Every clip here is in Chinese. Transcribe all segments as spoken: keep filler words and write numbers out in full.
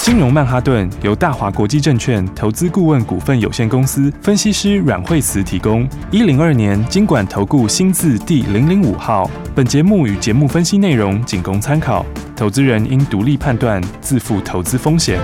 金融曼哈顿由大华国际证券投资顾问股份有限公司分析师阮惠慈提供。一零二年金管投顾新字第零零五号。本节目与节目分析内容仅供参考，投资人应独立判断，自负投资风险。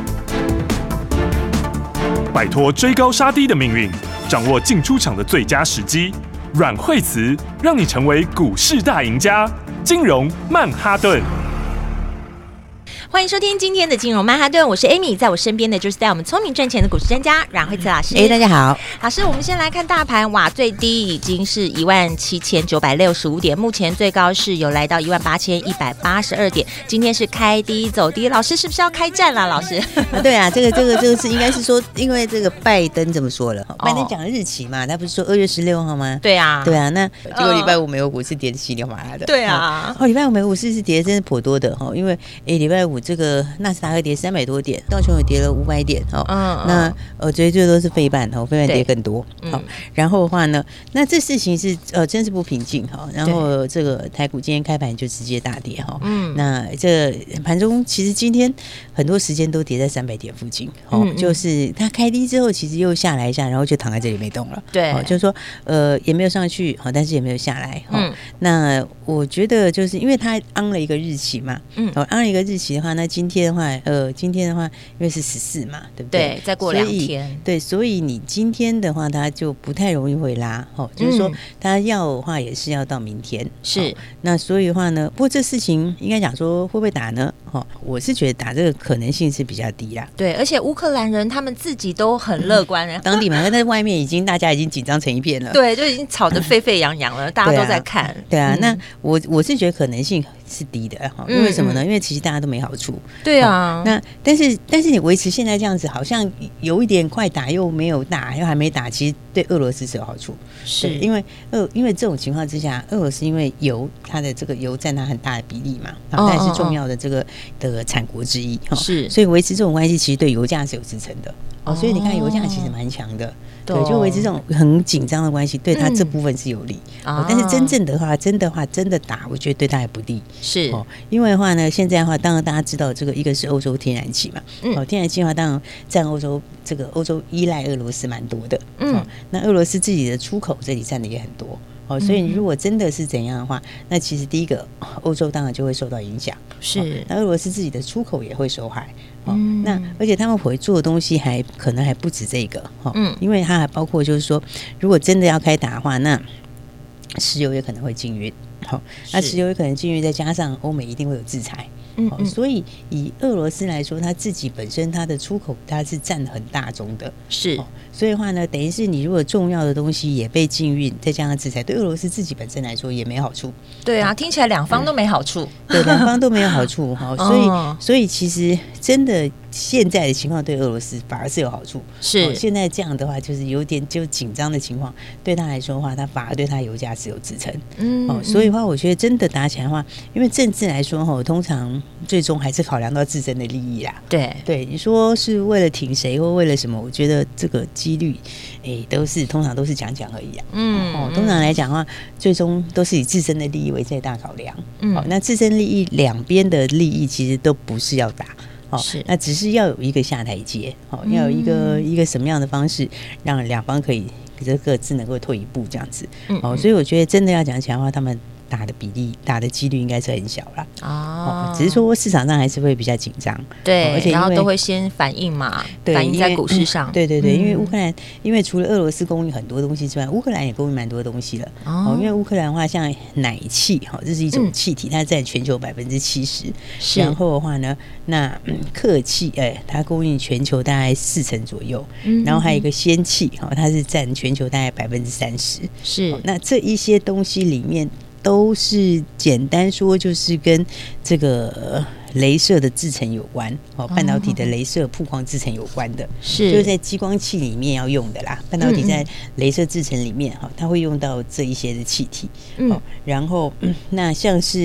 摆脱追高杀低的命运，掌握进出场的最佳时机。阮惠慈让你成为股市大赢家。金融曼哈顿。 欢迎收听今天的金融曼哈顿，我是 Amy， 在我身边的就是带我们聪明赚钱的股市专家阮惠慈老师。 哎，大家好， 老师，我们先来看大盘，哇，最低已经是一万七千九百六十五点，目前最高是有来到一万八千一百八十二点，今天是开低走低，老师是不是要开战了？老师， 啊对啊，这个这个这个是应该是说，因为这个拜登这么说了，哦、拜登讲的日期嘛，他不是说二月十六号吗？ 对啊， 对啊，那结果礼拜五美国股市跌得稀里哗啦的， 对啊， 哦，礼拜五美国股市是跌得真是颇多的哈，因为哎礼拜五这个纳斯达克跌三百多点，道琼也跌了五百点哦。嗯，那呃，最最多是费半哦，费半跌更多。好、嗯，然后的话呢，那这事情是呃真是不平静哈。然后这个台股今天开盘就直接大跌哈。嗯，那这盘中其实今天很多时间都跌在三百点附近。哦、嗯，就是它开低之后，其实又下来一下，然后就躺在这里没动了。 对， 哦，就是说呃也没有上去，好，但是也没有下来。嗯，那我觉得就是因为它安了一个日期嘛。嗯，哦，安了一个日期的话，那今天的话。呃，今天的话，因为是十四嘛，对不对？ 对，再过两天， 对，所以你今天的话，它就不太容易会拉，哦，就是说它要的话也是要到明天， 是、 哦。那所以的话呢，不过这事情应该讲说会不会打呢？哦，我是觉得打这个可能性是比较低啦。 对，而且乌克兰人他们自己都很乐观了、嗯， 当地嘛，但在外面已经大家已经紧张成一片了， 对，就已经吵得沸沸扬扬了，大家都在看。 对啊，对啊嗯、那我我是觉得可能性是低的，因为什么呢？因为其实大家都没好处。 对啊， 哦、那但是但是你维持现在这样子，好像有一点快打又没有打，又还没打，其实对俄罗斯是有好处。是因为俄因为这种情况之下，俄罗斯因为油它的这个油占它很大的比例嘛，然后它也是重要的这个的产国之一，哦、是，所以维持这种关系，其实对油价是有支撑的。哦，所以你看油价其实蛮强的，对，就维持这种很紧张的关系，对它这部分是有利。嗯哦、但是真正的话，真的话，真的打，我觉得对它也不利。是，哦，因为的话呢，现在的话，当然大家知道这个一个是欧洲天然气嘛，嗯、哦，天然气的话，当然占欧洲这个欧洲依赖俄罗斯蛮多的，嗯、哦，那俄罗斯自己的出口这里占的也很多。哦，所以如果真的是怎样的话，那其实第一个欧洲当然就会受到影响，是、哦、那俄罗斯自己的出口也会受害。哦、嗯，那而且他们会做的东西还可能还不止这个，哦、嗯，因为它还包括就是说，如果真的要开打的话，那石油也可能会禁运，好、哦，那石油也可能禁运，再加上欧美一定会有制裁。嗯嗯，所以以俄罗斯来说，它自己本身它的出口它是占很大宗的，是、哦，所以的话呢，等于是你如果重要的东西也被禁运，再加上制裁，对俄罗斯自己本身来说也没好处。 对啊，哦、听起来两方都没好处，嗯、 对，两方都没有好处哈、哦，所以、哦、所以其实真的现在的情况对俄罗斯反而是有好处，是、哦、现在这样的话就是有点就紧张的情况，对他来说的话，他反而对他油价是有支撑，嗯，哦，所以的话，我觉得真的打起来的话，因为政治来说哈，通常最终还是考量到自身的利益啦。对对，你说是为了挺谁或为了什么？我觉得这个几率，哎，都是通常都是讲讲而已啊。嗯，哦，通常来讲的话，最终都是以自身的利益为最大考量。嗯，哦，那自身利益两边的利益其实都不是要打。哦，是，那只是要有一个下台阶，哦，要有一个、嗯、一个什么样的方式，让两方可以各自能够退一步这样子。嗯，哦，所以我觉得真的要讲起来的话，他们打的比例、打的几率应该是很小啦。哦，只是说市场上还是会比较紧张， 对，哦、而且然后都会先反应嘛，反应在股市上。 对对对，嗯、因为乌克兰，因为除了俄罗斯供应很多东西之外，乌克兰也供应蛮多东西了。哦，因为乌克兰的话，像奶气，哈，这是一种气体，它占全球百分之七十。然后的话呢，那、嗯、氪气，哎、欸，它供应全球大概四成左右。嗯，然后还有一个氙气，哈，它是占全球大概百分之三十。是、哦，那这一些东西里面。都是简单说，就是跟这个雷射的制程有关，哦，半导体的雷射曝光制程有关的，是就是在激光器里面要用的啦。半导体在雷射制程里面，哈，它会用到这一些的气体，嗯，然后、嗯、那像是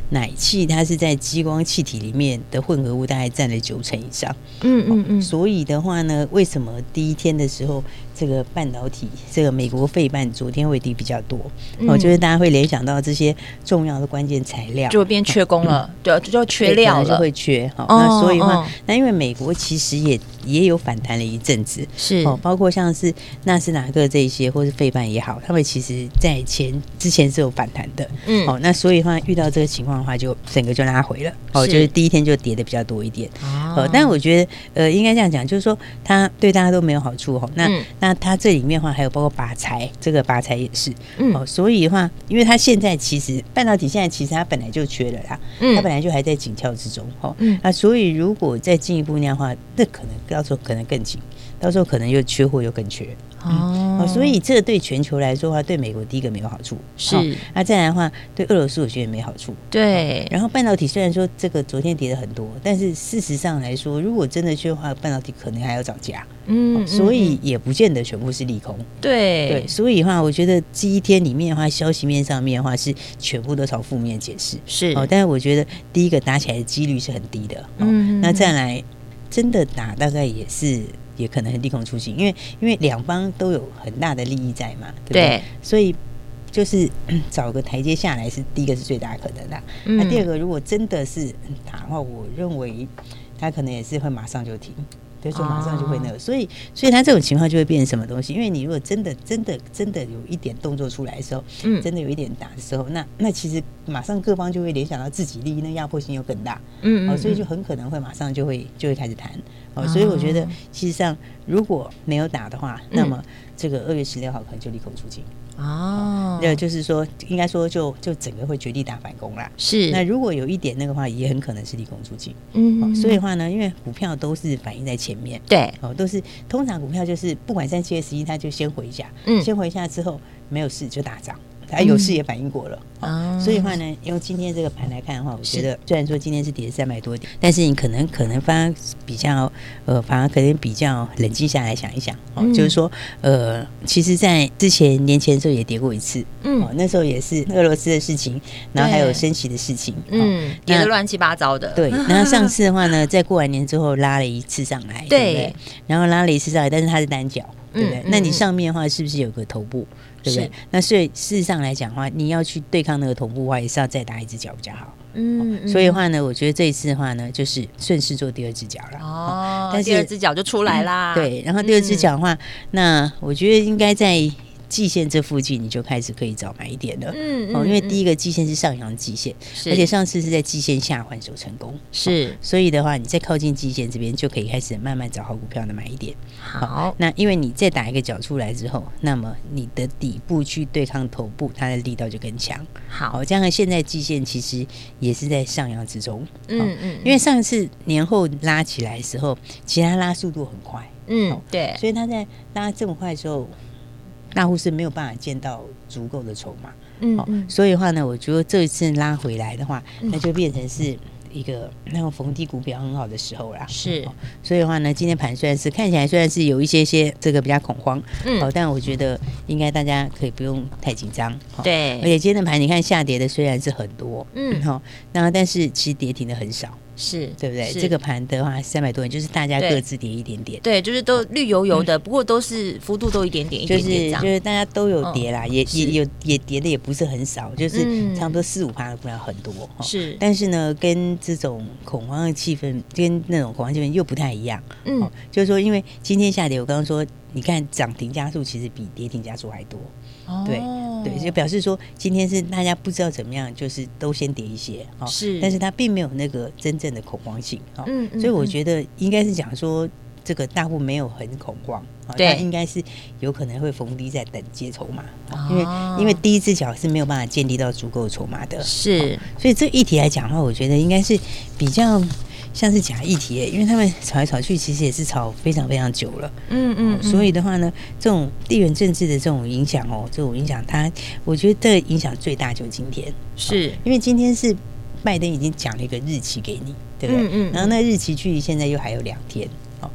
奶气它是在激光气体里面的混合物大概占了九成以上。 嗯嗯嗯， 所以的话呢，为什么第一天的时候这个半导体这个美国费半昨天会低比较多？嗯、哦，就是大家会联想到这些重要的关键材料就变缺工了，嗯、对，就缺料了， 就会缺。好、哦，那所以的话，哦、那因为美国其实也也有反弹了一阵子， 是哦，包括像是纳斯达克这一些，或是费半也好，他们其实在前之前是有反弹的。嗯，哦，那所以的话遇到这个情况的话，就整个就拉回了。哦，就是第一天就跌的比较多一点。哦，呃，但我觉得呃，应该这样讲，就是说它对大家都没有好处。哦，那、嗯、那它这里面的话还有包括拔材，这个拔材也是。嗯，哦，所以的话，因为它现在其实半导体现在其实它本来就缺了啦，嗯，它本来就还在紧俏之中。哦，嗯，那所以如果再进一步那样的话，那可能到时候可能更紧，到时候可能又缺货又更缺。哦、嗯，所以这对全球来说的话，对美国第一个没有好处， 是。哦、 那再来的话，对俄罗斯我觉得没好处。 对、哦。 然后半导体虽然说这个昨天跌了很多，但是事实上来说，如果真的缺的话，半导体可能还要涨价。嗯、哦，所以也不见得全部是利空。 对对，所以的话，我觉得这一天里面的话，消息面上面的话是全部都朝负面解释。 是。 哦，但是我觉得第一个打起来的几率是很低的。哦、嗯。那再来真的打，大概也是。也可能利空出尽，因为因为两方都有很大的利益在嘛，对不对？对，所以就是找个台阶下来是第一个是最大可能的。嗯、那第二个，如果真的是打的话，我认为他可能也是会马上就停。所以说马上就会那个，哦、所以所以他这种情况就会变成什么东西？因为你如果真的真的真的有一点动作出来的时候，嗯，真的有一点打的时候，那那其实马上各方就会联想到自己利益，那压迫性又更大，嗯, 嗯, 嗯、哦，所以就很可能会马上就会就会开始谈，哦，所以我觉得其实上如果没有打的话，嗯、那么这个二月十六号可能就利空出尽。哦，对，就是说，应该说就，就就整个会绝地大反攻啦。是，那如果有一点那个话，也很可能是利空出尽。嗯, 嗯、哦，所以的话呢，因为股票都是反映在前面， 对， 哦，都是通常股票就是不管三七二十一，它就先回一下，嗯，先回一下之后没有事就大涨。它有事也反应过了，嗯哦、所以的话呢，用今天这个盘来看的话，我觉得虽然说今天是跌三百多点，但是你可能可能反而比较呃，反而可能比较冷静下来想一想，哦，嗯、就是说呃，其实，在之前年前的时候也跌过一次，嗯、哦，那时候也是俄罗斯的事情，然后还有升息的事情， 嗯，哦、跌得乱七八糟的。 对，那上次的话呢，在过完年之后拉了一次上来，对, 对不对？然后拉了一次上来，但是它是单脚，对不对？嗯、那你上面的话是不是有个头部？对不对？那所以事实上来讲的话，你要去对抗那个头部的话，也是要再打一只脚比较好。嗯，哦、所以的话呢，我觉得这一次的话呢，就是顺势做第二只脚了。 哦，但是第二只脚就出来啦。 嗯、对，然后第二只脚的话，嗯、那我觉得应该在季线这附近，你就开始可以找买点了。嗯, 嗯, 嗯、哦，因为第一个季线是上扬季线，而且上次是在季线下还手成功，是、哦，所以的话，你在靠近季线这边就可以开始慢慢找好股票的买点。好，哦、那因为你再打一个脚出来之后，那么你的底部去对抗头部，它的力道就更强。好，哦、这样现在季线其实也是在上扬之中。嗯嗯, 嗯，因为上次年后拉起来的时候，其实它拉速度很快。嗯，哦、对，所以它在拉这么快的时候。大户是没有办法见到足够的筹码，嗯, 嗯、哦，所以的话呢，我觉得这一次拉回来的话，嗯、那就变成是一个那种逢低股表很好的时候啦。是，哦、所以的话呢，今天盘虽然是看起来虽然是有一些些这个比较恐慌，嗯，哦，但我觉得应该大家可以不用太紧张。哦、对，而且今天的盘你看下跌的虽然是很多，嗯，好、哦，那但是其实跌停的很少。是对不对？这个盘的话，三百多点，就是大家各自跌一点点， 对，就是都绿油油的，嗯、不过都是幅度都一点点，一点点这样， 就是就是大家都有跌啦，嗯、也也有也跌的也不是很少，就是差不多四五趴的股票很多，是、嗯，但是呢，跟这种恐慌的气氛，跟那种恐慌气氛又不太一样，嗯、哦，就是说，因为今天下跌，我刚刚说，你看涨停加速其实比跌停加速还多。哦、对对，就表示说今天是大家不知道怎么样，就是都先跌一些，哦、是，但是它并没有那个真正的恐慌性，哦嗯嗯、所以我觉得应该是讲说这个大户没有很恐慌，哦、对，它应该是有可能会逢低在等接筹码，哦、因为因为第一只脚是没有办法建立到足够的筹码的，是，哦、所以这议题来讲的话，我觉得应该是比较。像是假议题，因为他们炒来炒去，其实也是炒非常非常久了。嗯 嗯, 嗯，所以的话呢，这种地缘政治的这种影响哦，这种影响它，我觉得这影响最大就是今天，是、哦、因为今天是拜登已经讲了一个日期给你，对不对？嗯 嗯, 嗯，然后那日期距离现在又还有两天。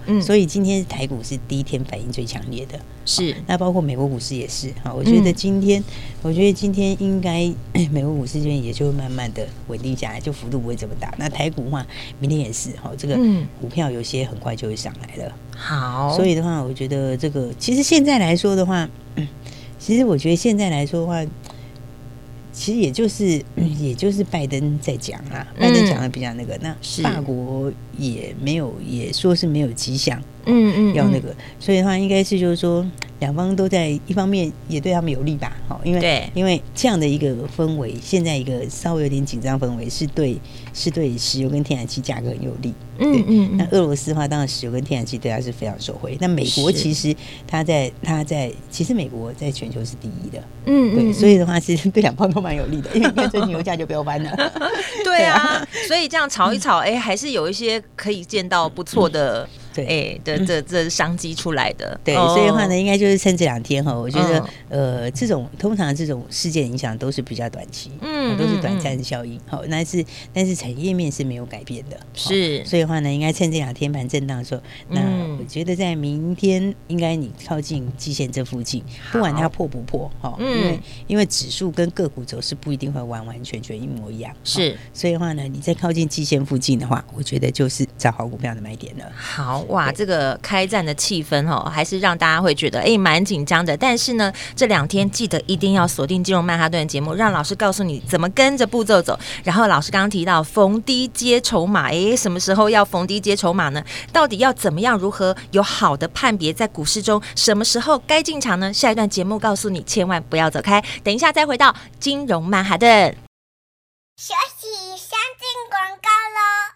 嗯，所以今天台股是第一天反应最强烈的， 是、哦、 那包括美国股市也是哈。我觉得今天，嗯、我觉得今天应该美国股市这边也就会慢慢的稳定下来，就幅度不会这么大。那台股的话，明天也是哈，这个股票有些很快就会上来了。 好， 所以的话，我觉得这个其实现在来说的话，嗯、其实我觉得现在来说的话。其实也就是、嗯、也就是拜登在讲啊，拜登讲的比较那个，嗯、那法国也没有也说是没有迹象，嗯嗯，要那个，所以的话应该是就是说两方都在一方面也对他们有利吧，好，因为因为这样的一个氛围，现在一个稍微有点紧张氛围，是对是对石油跟天然气价格很有利，嗯嗯，那俄罗斯的话，当然石油跟天然气对它是非常受惠，那美国其实它在它在其实美国在全球是第一的，嗯对，所以的话其实对两方都蛮有利的，因为你看最近油价就飙翻了， 对啊，所以这样炒一炒，哎、欸，还是有一些可以见到不错的。嗯对，哎、欸，的这这商机出来的， 对，哦、所以的话呢，应该就是趁这两天哈，我觉得、嗯、呃，这种通常这种事件影响都是比较短期，嗯，都是短暂效应，好、嗯，但是但是产业面是没有改变的，是，所以的话呢，应该趁这两天盘震荡的时候，那我觉得在明天应该你靠近季线这附近，不管它破不破，哈，因为因为指数跟个股走势不一定会完完全全一模一样，是，所以的话呢，你在靠近季线附近的话，我觉得就是找好股票的买点了， 好。哇，这个开战的气氛哦，还是让大家会觉得哎蛮紧张的。但是呢，这两天记得一定要锁定金融曼哈顿的节目，让老师告诉你怎么跟着步骤走。然后老师刚刚提到逢低接筹码，哎，什么时候要逢低接筹码呢？到底要怎么样？如何有好的判别在股市中什么时候该进场呢？下一段节目告诉你，千万不要走开。等一下再回到金融曼哈顿。 休息，先进广告喽。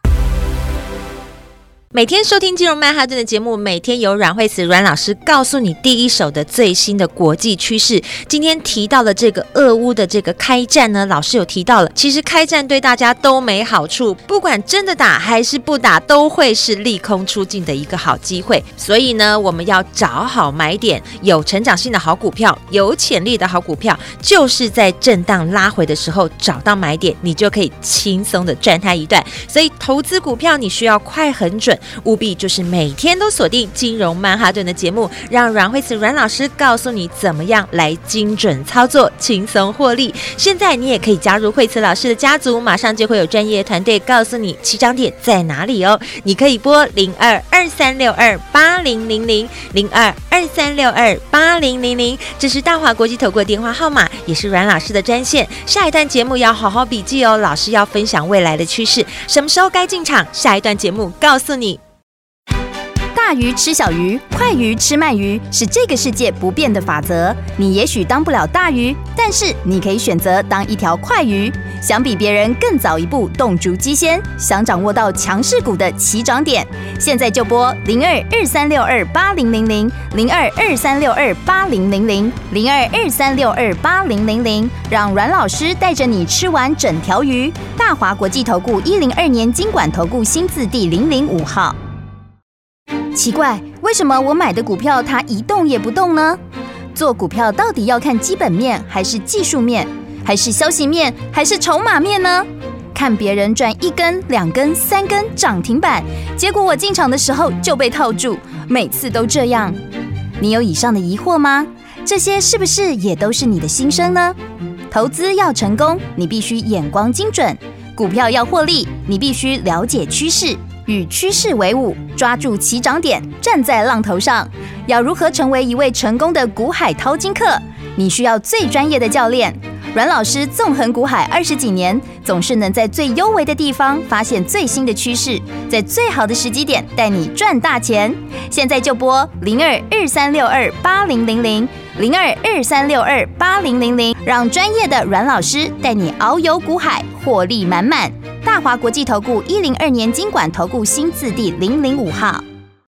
每天收听金融曼哈顿的节目，每天有阮慧慈阮老师告诉你第一手的最新的国际趋势。今天提到了这个俄乌的这个开战呢，老师有提到了，其实开战对大家都没好处，不管真的打还是不打，都会是利空出尽的一个好机会。所以呢，我们要找好买点，有成长性的好股票，有潜力的好股票，就是在震荡拉回的时候找到买点，你就可以轻松的赚它一段。所以投资股票你需要快很准，务必就是每天都锁定金融曼哈顿的节目，让阮慧慈阮老师告诉你怎么样来精准操作，轻松获利。现在你也可以加入慧慈老师的家族，马上就会有专业团队告诉你起涨点在哪里哦。你可以拨零二二三六二八零零零零二二三六二八零零零，这是大华国际投顾的电话号码，也是阮老师的专线。下一段节目要好好笔记哦，老师要分享未来的趋势，什么时候该进场？下一段节目告诉你。 大鱼吃小鱼，快鱼吃慢鱼，是这个世界不变的法则。你也许当不了大鱼，但是你可以选择当一条快鱼。想比别人更早一步动足机先，想掌握到强势股的起涨点，现在就拨零二二三六二八零零零零二二三六二八零零零零二二三六二八零零零，让阮老师带着你吃完整条鱼。大华国际投顾一零二年金管投顾新字第零零五号。奇怪，为什么我买的股票它一动也不动呢？做股票到底要看基本面，还是技术面，还是消息面，还是筹码面呢？看别人赚一根、两根、三根涨停板，结果我进场的时候就被套住，每次都这样。你有以上的疑惑吗？这些是不是也都是你的心声呢？投资要成功，你必须眼光精准；股票要获利，你必须了解趋势。与趋势为伍，抓住起涨点，站在浪头上。要如何成为一位成功的股海淘金客？你需要最专业的教练。阮老师纵横股海二十几年，总是能在最优微的地方发现最新的趋势，在最好的时机点带你赚大钱。现在就拨零二二三六二八零零零零二二三六二八零零零，让专业的阮老师带你遨游股海，获利满满。大华国际投顾一零二年金管投顾新字第零零五号。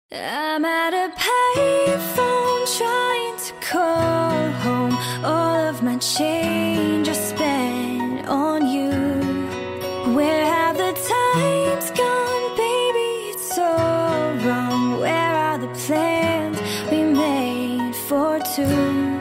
I'm at a payphone trying to call home. All of my change I spent on you. Where have the times gone, baby? It's so wrong. Where are the plans we made for two?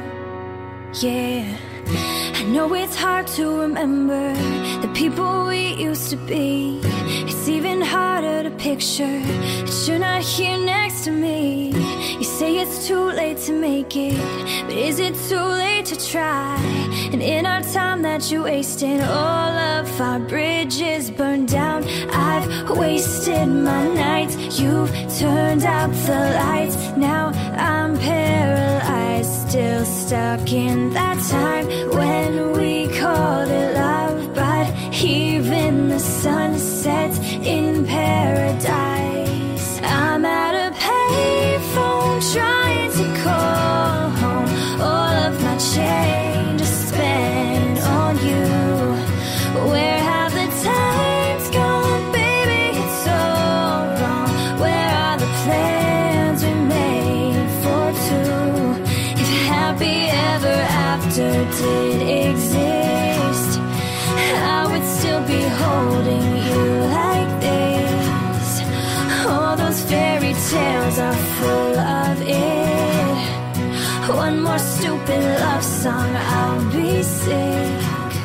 Yeah, I know it's hard to remember the people we used to be. It's even harder to picture that you're not here next to me. You say it's too late to make it, but is it too late to try? And in our time that you wasted, all of our bridges burned down. I've wasted my nights, you've turned out the lights. Now I'm paralyzed, still stuck in that time when we called it love. But even the sun sets in paradise. I'm at a payphone trying to call home. All of my change is spent on you. Where have the times gone, baby? It's all wrong. Where are the plans we made for two? If happy ever after did exist, I would still be holding you like this. All those fairy tales are full of it. One more stupid love song, I'll be sick.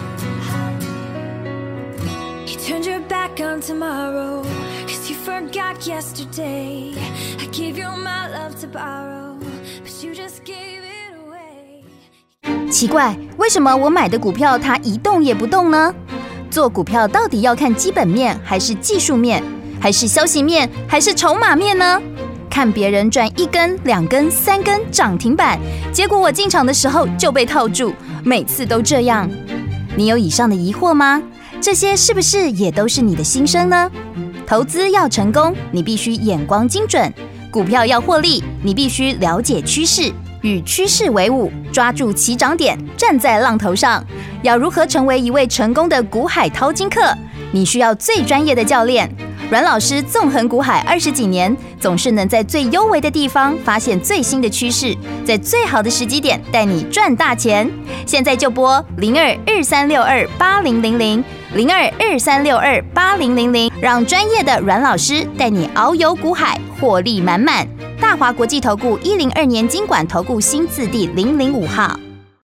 You turned your back on tomorrow, cause you forgot yesterday. I gave you my love to borrow, but you just gave it away. 奇怪，为什么我买的股票它一动也不动呢？做股票到底要看基本面，还是技术面，还是消息面，还是筹码面呢？看别人赚一根、两根、三根涨停板，结果我进场的时候就被套住，每次都这样。你有以上的疑惑吗？这些是不是也都是你的心声呢？投资要成功，你必须眼光精准；股票要获利，你必须了解趋势。与趋势为伍，抓住起涨点，站在浪头上。要如何成为一位成功的股海淘金客？你需要最专业的教练。阮老师纵横股海二十几年，总是能在最优微的地方发现最新的趋势，在最好的时机点带你赚大钱。现在就拨零二二三六二八零零零零二二三六二八零零零，让专业的阮老师带你遨游股海，获利满满。大华国际投顾一零二年金管投顾新字第零零五号。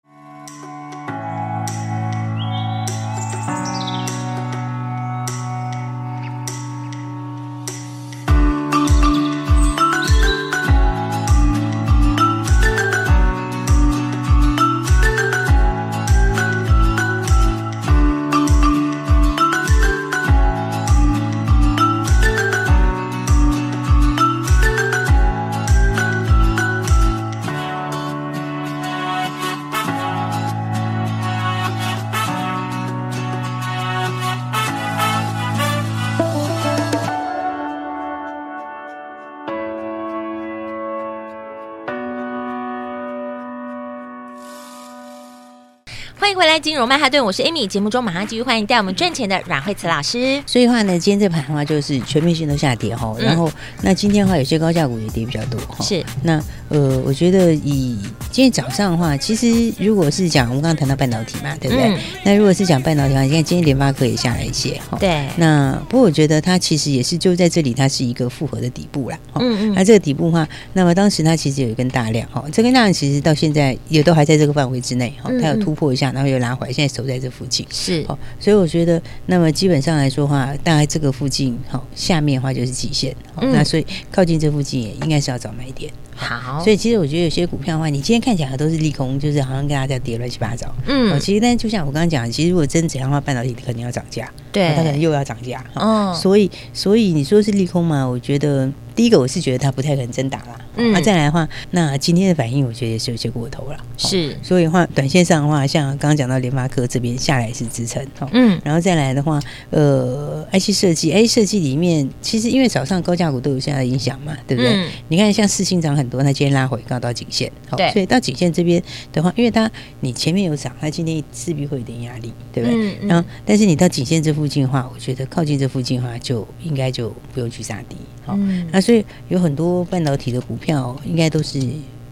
欢迎回来，金融曼哈顿，我是 Amy。节目中马上继续欢迎带我们赚钱的阮慧慈老师。 所以的话呢，今天这盘的话就是全面性都下跌哈、嗯，然后那今天的话有些高价股也跌比较多哈。 是， 那呃，我觉得以今天早上的话，其实如果是讲我们刚刚谈到半导体嘛，对不对？嗯、那如果是讲半导体的话，你看今天联发科也下来一些哈。 对。 那不过我觉得它其实也是就在这里，它是一个复合的底部啦。嗯嗯。那这个底部的话，那么当时它其实有一根大量哈，这根大量其实到现在也都还在这个范围之内哈，它有突破一下，然后又拉回来，现在守在这附近。 是。 好，所以我觉得，那么基本上来说的话，大概这个附近好，下面的话就是极限。嗯。那所以靠近这附近也应该是要找买点。 好， 所以其实我觉得有些股票的话，你今天看起来都是利空，就是好像跟大家在跌乱七八糟。嗯，哦，其实但是就像我刚刚讲，其实如果真怎样的话，半导体肯定要涨价， 对， 它可能又要涨价。哦，所以所以你说是利空吗？我觉得第一个我是觉得它不太可能真打啦。嗯，那、啊、再来的话，那今天的反应我觉得也是有些过头了。 是， 哦、所以的话，短线上的话，像刚刚讲到联发科这边下来是支撑。哦，嗯，然后再来的话，呃 ，I C 设计 ，I C 设计里面其实因为早上高价股都有现在的影响嘛，对不对？嗯、你看像世芯涨很多，它今天拉回刚到颈线， 对， 所以到颈线这边的话，因为它你前面有涨，它今天势必会有点压力，对不对？嗯嗯、然后但是你到颈线这附近的话，我觉得靠近这附近的话，就应该就不用去杀低。好、嗯，那所以有很多半导体的股票应该都是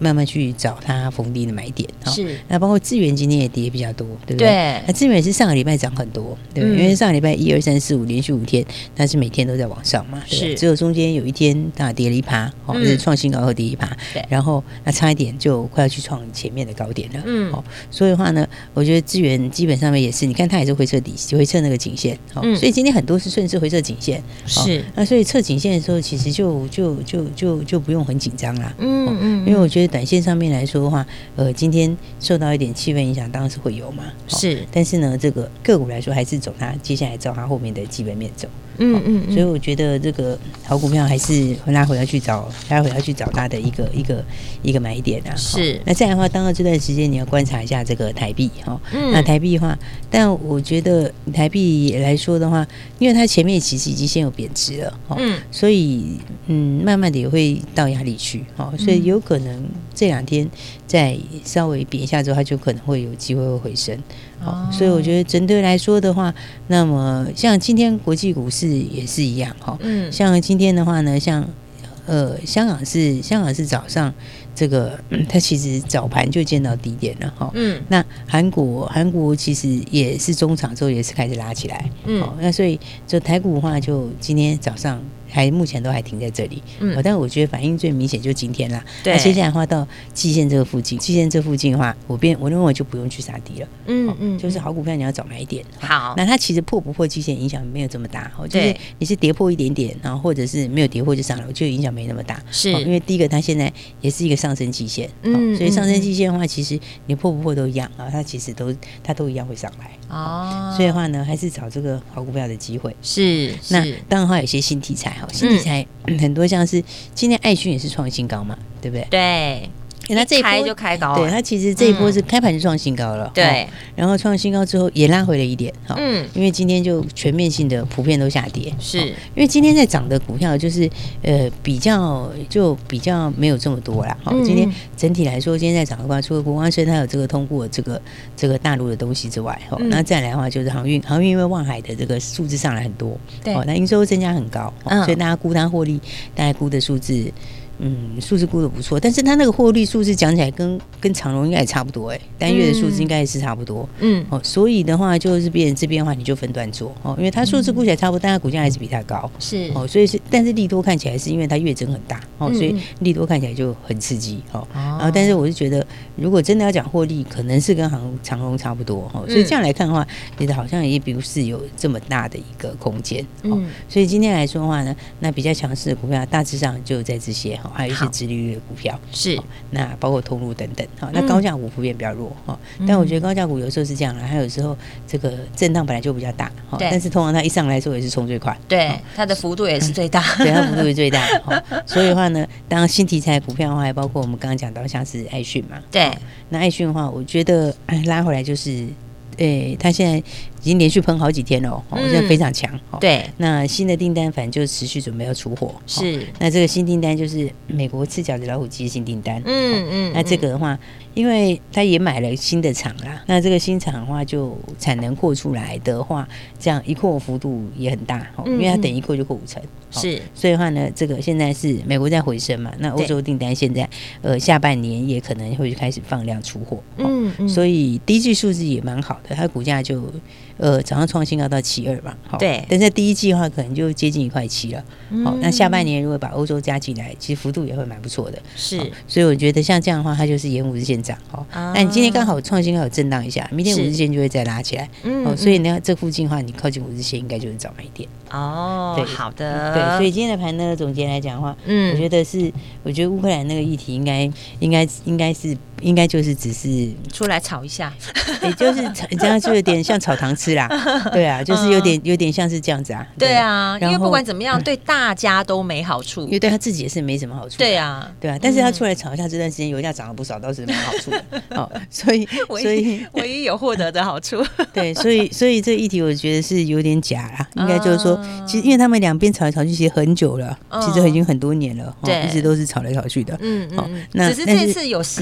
慢慢去找它逢低的买点。 是， 那包括资源今天也跌比较多，对不对？ 对， 那资源是上个礼拜涨很多，对不对？嗯、因为上个礼拜一二三四五连续五天，但是每天都在往上嘛，是，只有中间有一天大跌了一趴，哦，就是创新高后跌一趴，对，然后那差一点就快要去创前面的高点了，嗯，哦，所以的话呢，我觉得资源基本上面也是，你看它也是回撤底，回撤那个颈线，哦，嗯、所以今天很多是顺势回撤颈线，是，哦、那所以测颈线的时候，其实就就就就就不用很紧张啦，嗯嗯，因为我觉得短线上面来说的话，呃，今天受到一点气氛影响，当然是会有嘛，是，但是呢，这个个股来说，还是走它接下来照它后面的基本面走。嗯嗯, 嗯，所以我觉得这个好股票还是会拉回要去找，拉回要去找它的一个一个一个买点啊。是，那这样的话，当然这段时间你要观察一下这个台币哈。嗯，那台币的话，但我觉得台币来说的话，因为它前面其实已经先有贬值了，嗯，所以嗯，慢慢的也会到压力区，哦，所以有可能这两天再稍微贬一下之后，它就可能会有机会会回升。好，所以我觉得整体来说的话，那么像今天国际股市也是一样哈，嗯，像今天的话呢，像呃香港是香港是早上这个、嗯、它其实早盘就见到低点了哈，嗯，那韩国韩国其实也是中场之后也是开始拉起来，嗯，那所以就台股的话，就今天早上。还目前都还停在这里，嗯，但我觉得反应最明显就今天啦。对，那接下来的话到季线这个附近，季线这附近的话，我变我认为就不用去杀低了，嗯嗯，就是好股票你要找买点。好，那它其实破不破季线影响没有这么大，就是你是跌破一点点，然后或者是没有跌破就上来，我觉得影响没那么大。是，因为第一个它现在也是一个上升季线，嗯，所以上升季线的话，其实你破不破都一样啊，它其实都它都一样会上来。哦，所以的话呢，还是找这个好股票的机会。是，那当然话有些新题材。新题材、嗯、很多，像是今天爱讯也是创新高嘛，对不对？ 对， 它这一波开就开高， 对，它其实这一波是开盘就创新高了，嗯、对，然后创新高之后也拉回了一点，嗯，因为今天就全面性的普遍都下跌，是因为今天在涨的股票就是呃比较就比较没有这么多啦，好、嗯，今天整体来说，今天在涨的话，除了国光生它有这个通过这个这个大陆的东西之外，哦、嗯，那再来的话就是航运，航运因为望海的这个数字上来很多，对，哦，那营收增加很高，嗯、所以大家估它获利，大概估的数字。嗯，数字估的不错，但是它那个获利数字讲起来跟跟长荣应该也差不多哎、欸，单月的数字应该也是差不多，嗯，哦，所以的话就是别人这边的话你就分段做哦，因为它数字估起来差不多，但它股价还是比它高，是哦，所以是，但是利多看起来是因为它月增很大哦，所以利多看起来就很刺激哦，然后但是我是觉得如果真的要讲获利，可能是跟长长荣差不多哦，所以这样来看的话，觉得好像也不是有这么大的一个空间哦，所以今天来说的话呢，那比较强势的股票大致上就在这些哈。还有一些殖利率的股票是、哦，那包括通路等等，好、哦，那高价股普遍比较弱哈、哦嗯，但我觉得高价股有时候是这样啦，还有时候这个震荡本来就比较大，哦、但是通常它一上来的时候也是冲最快， 对，哦、它的幅度也是最大， 对，它幅度也最大，哦，所以的话呢，当然新题材股票的话，还包括我们刚刚讲到像是爱讯嘛，对，哦、那爱讯的话，我觉得拉回来就是。对，他现在已经连续喷好几天了，哦，现在非常强。哦、对，那新的订单反正就持续准备要出货。是，哦、那这个新订单就是美国赤脚的老虎机的新订单。嗯嗯，那这个的话，因为他也买了新的厂啦，那这个新厂的话，就产能扩出来的话，这样一扩幅度也很大，哦，因为它等一扩就扩五成。是，哦，所以的话呢，这个现在是美国在回升嘛，那欧洲订单现在呃下半年也可能会开始放量出货。哦、嗯嗯，所以第一季数字也蛮好的。它股价就呃早上创新高到七二嘛，好，对，但是第一季的话可能就接近一块七了，好，嗯，那下半年如果把欧洲加进来，其实幅度也会蛮不错的，是，所以我觉得像这样的话，它就是沿五日线涨，好，啊，那你今天刚好创新高有震荡一下，明天五日线就会再拉起来，嗯，哦，所以呢这附近的话，你靠近五日线应该就是找买点。哦，对，好的，对，所以今天的盘呢，总结来讲的话，嗯，我觉得是，我觉得乌克兰那个议题应该，应该，应该是，应该就是只是出来炒一下， 也就是这样，就有点像炒糖吃啦，对啊，就是有点，有点像是这样子啊， 对啊，因为不管怎么样，对大家都没好处， 因为对他自己也是没什么好处， 对啊， 对啊，但是他出来炒一下，这段时间油价涨了不少，倒是蛮好处的，哦，所以，所以唯一有获得的好处， 对，所以，所以这个议题我觉得是有点假啦，应该就是说。其实因为他们两边吵来吵去，其实很久了，嗯，其实已经很多年了，对，一直都是吵来吵去的。嗯嗯， 那只是这次有时间性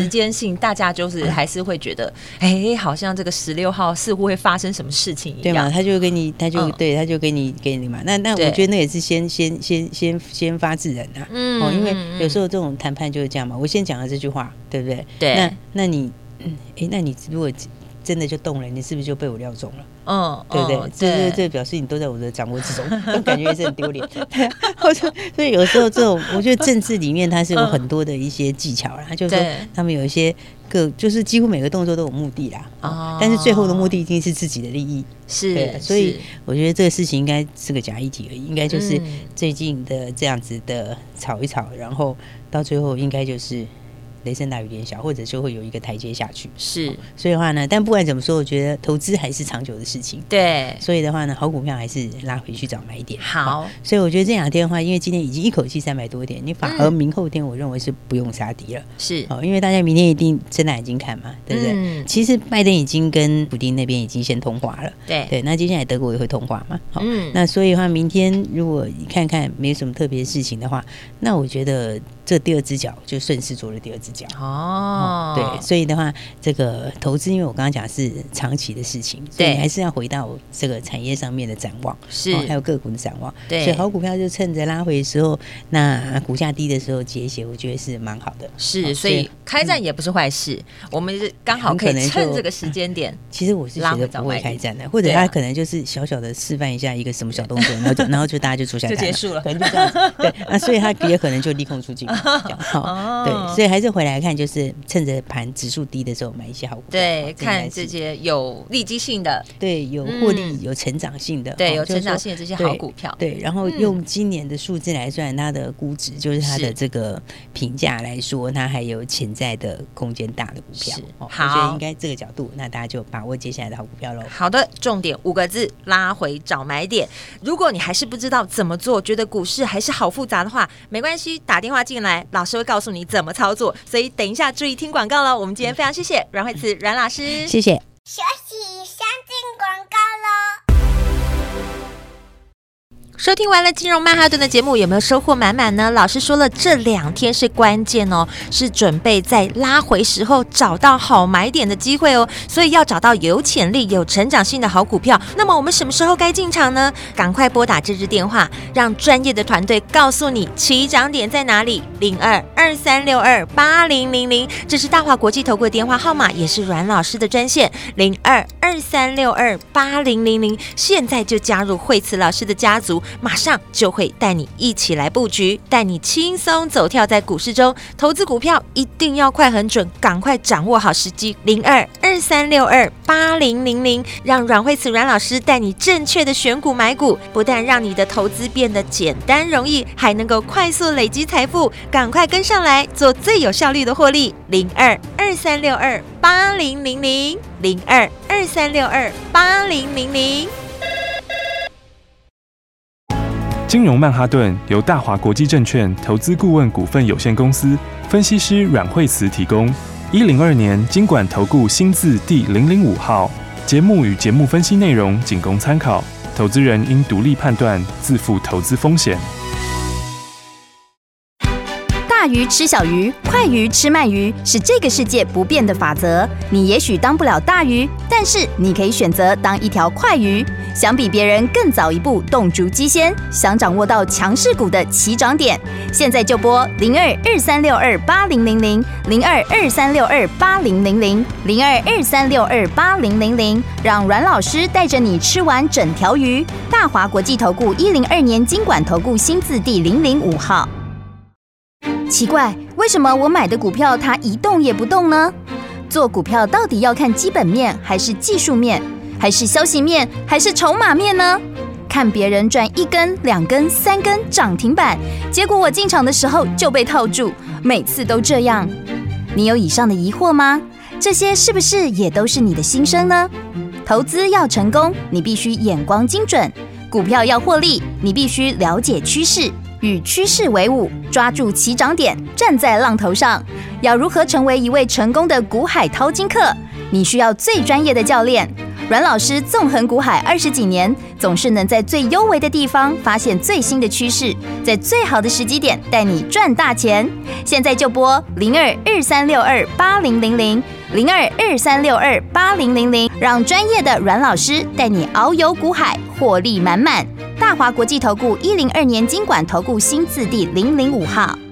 竟大家就是还是会觉得，哎、欸，好像这个十六号似乎会发生什么事情一样， 对嘛？他就给你，他就、嗯、对，他就给你给你嘛。那那我觉得那也是先先先先先发制人啊，嗯，哦，因为有时候这种谈判就是这样嘛。我先讲了这句话，对不对？ 对。 那那你，嗯，哎，那你如果真的就动了，你是不是就被我料中了？嗯，对不对？嗯、这这这表示你都在我的掌握之中，感觉也是很丢脸。所以有时候这种，我觉得政治里面它是有很多的一些技巧啦，嗯、就是说他们有一些个，就是几乎每个动作都有目的啦。哦，但是最后的目的一定是自己的利益。 是， 对，所以我觉得这个事情应该是个假议题而已，应该就是最近的这样子的吵一吵，然后到最后应该就是雷声大雨点小，或者就会有一个台阶下去。 是， 所以的话呢，但不管怎么说，我觉得投资还是长久的事情。 对， 所以的话呢，好股票还是拉回去找买点。 好， 所以我觉得这两天的话，因为今天已经一口气三百多点，你反而明后天我认为是不用杀低了。 是、 哦，因为大家明天一定睁大眼睛看嘛，对不对？嗯、其实拜登已经跟普丁那边已经先通话了。 对对，那接下来德国也会通话嘛。好、嗯，那所以的话，明天如果看看没什么特别事情的话，那我觉得这第二只脚就顺势做了第二只脚。 哦。 哦，对，所以的话，这个投资，因为我刚刚讲是长期的事情，所以还是要回到这个产业上面的展望， 是、 哦、还有个股的展望。 对， 所以好股票就趁着拉回的时候，那股价低的时候接一些，我觉得是蛮好的。 是、哦，所以开战也不是坏事，嗯、我们刚好可以趁这个时间点。 其实我是觉得不会开战的，或者他可能就是小小的示范一下一个什么小动作，然后就然后就大家就坐下来就结束了， 可能就这样子。对，那所以他也可能就利空出尽。好、哦，对，所以还是回来看就是。趁着盘指数低的时候买一些好股票， 对，看这些有利基性的， 对，有获利、嗯、有成长性的， 对，有成长性的这些好股票， 对，对然后用今年的数字来算它的估值，就是它的这个评价来说，它还有潜在的空间大的股票。哦、好，我觉得应该这个角度，那大家就把握接下来的好股票喽。 好的，重点五个字：拉回找买点。如果你还是不知道怎么做，觉得股市还是好复杂的话，没关系，打电话进来，老师会告诉你怎么操作。所以等一下注意听广告了。我们今天非常谢谢阮慧慈阮老师， 谢谢。 学习先进广告喽。 收听完了金融曼哈顿的节目，有没有收获满满呢？老师说了，这两天是关键哦，是准备在拉回时候找到好买点的机会哦，所以要找到有潜力、有成长性的好股票。那么我们什么时候该进场呢？赶快拨打这支电话，让专业的团队告诉你起涨点在哪里。零二二三六二八零零零，这是大华国际投顾的电话号码，也是阮老师的专线零二二三六二八零零零。现在就加入慧慈老师的家族。马上就会带你一起来布局，带你轻松走跳在股市中。投资股票一定要快很准，赶快掌握好时机。零二二三六二八零零零，让阮慧慈阮老师带你正确的选股买股，不但让你的投资变得简单容易，还能够快速累积财富。赶快跟上来，做最有效率的获利。零二二三六二八零零零，零二二三六二八零零零。 金融曼哈顿由大华国际证券投资顾问股份有限公司分析师阮慧慈提供。一零二年金管投顾新字第零零五号。节目与节目分析内容仅供参考，投资人应独立判断，自负投资风险。 大鱼吃小鱼，快鱼吃慢鱼，是这个世界不变的法则。你也许当不了大鱼，但是你可以选择当一条快鱼。想比别人更早一步动足机先，想掌握到强势股的起涨点，现在就拨零二二三六二八零零零零二二三六二八零零零零二二三六二八零零零，让阮老师带着你吃完整条鱼。大华国际投顾一零二年金管投顾新字第零零五号。奇怪，为什么我买的股票它一动也不动呢？做股票到底要看基本面，还是技术面，还是消息面，还是筹码面呢？看别人赚一根、两根、三根涨停板，结果我进场的时候就被套住，每次都这样。你有以上的疑惑吗？这些是不是也都是你的心声呢？投资要成功，你必须眼光精准；股票要获利，你必须了解趋势。与趋势为伍，抓住起涨点，站在浪头上。要如何成为一位成功的股海淘金客？你需要最专业的教练。阮老师纵横股海二十几年，总是能在最优微的地方发现最新的趋势，在最好的时机点带你赚大钱。 现在就拨零二二三六二八零零零零二二三六二八零零零，让专业的阮老师带你遨游股海，获利满满。大华国际投顾一零二年金管投顾新字第零零五号。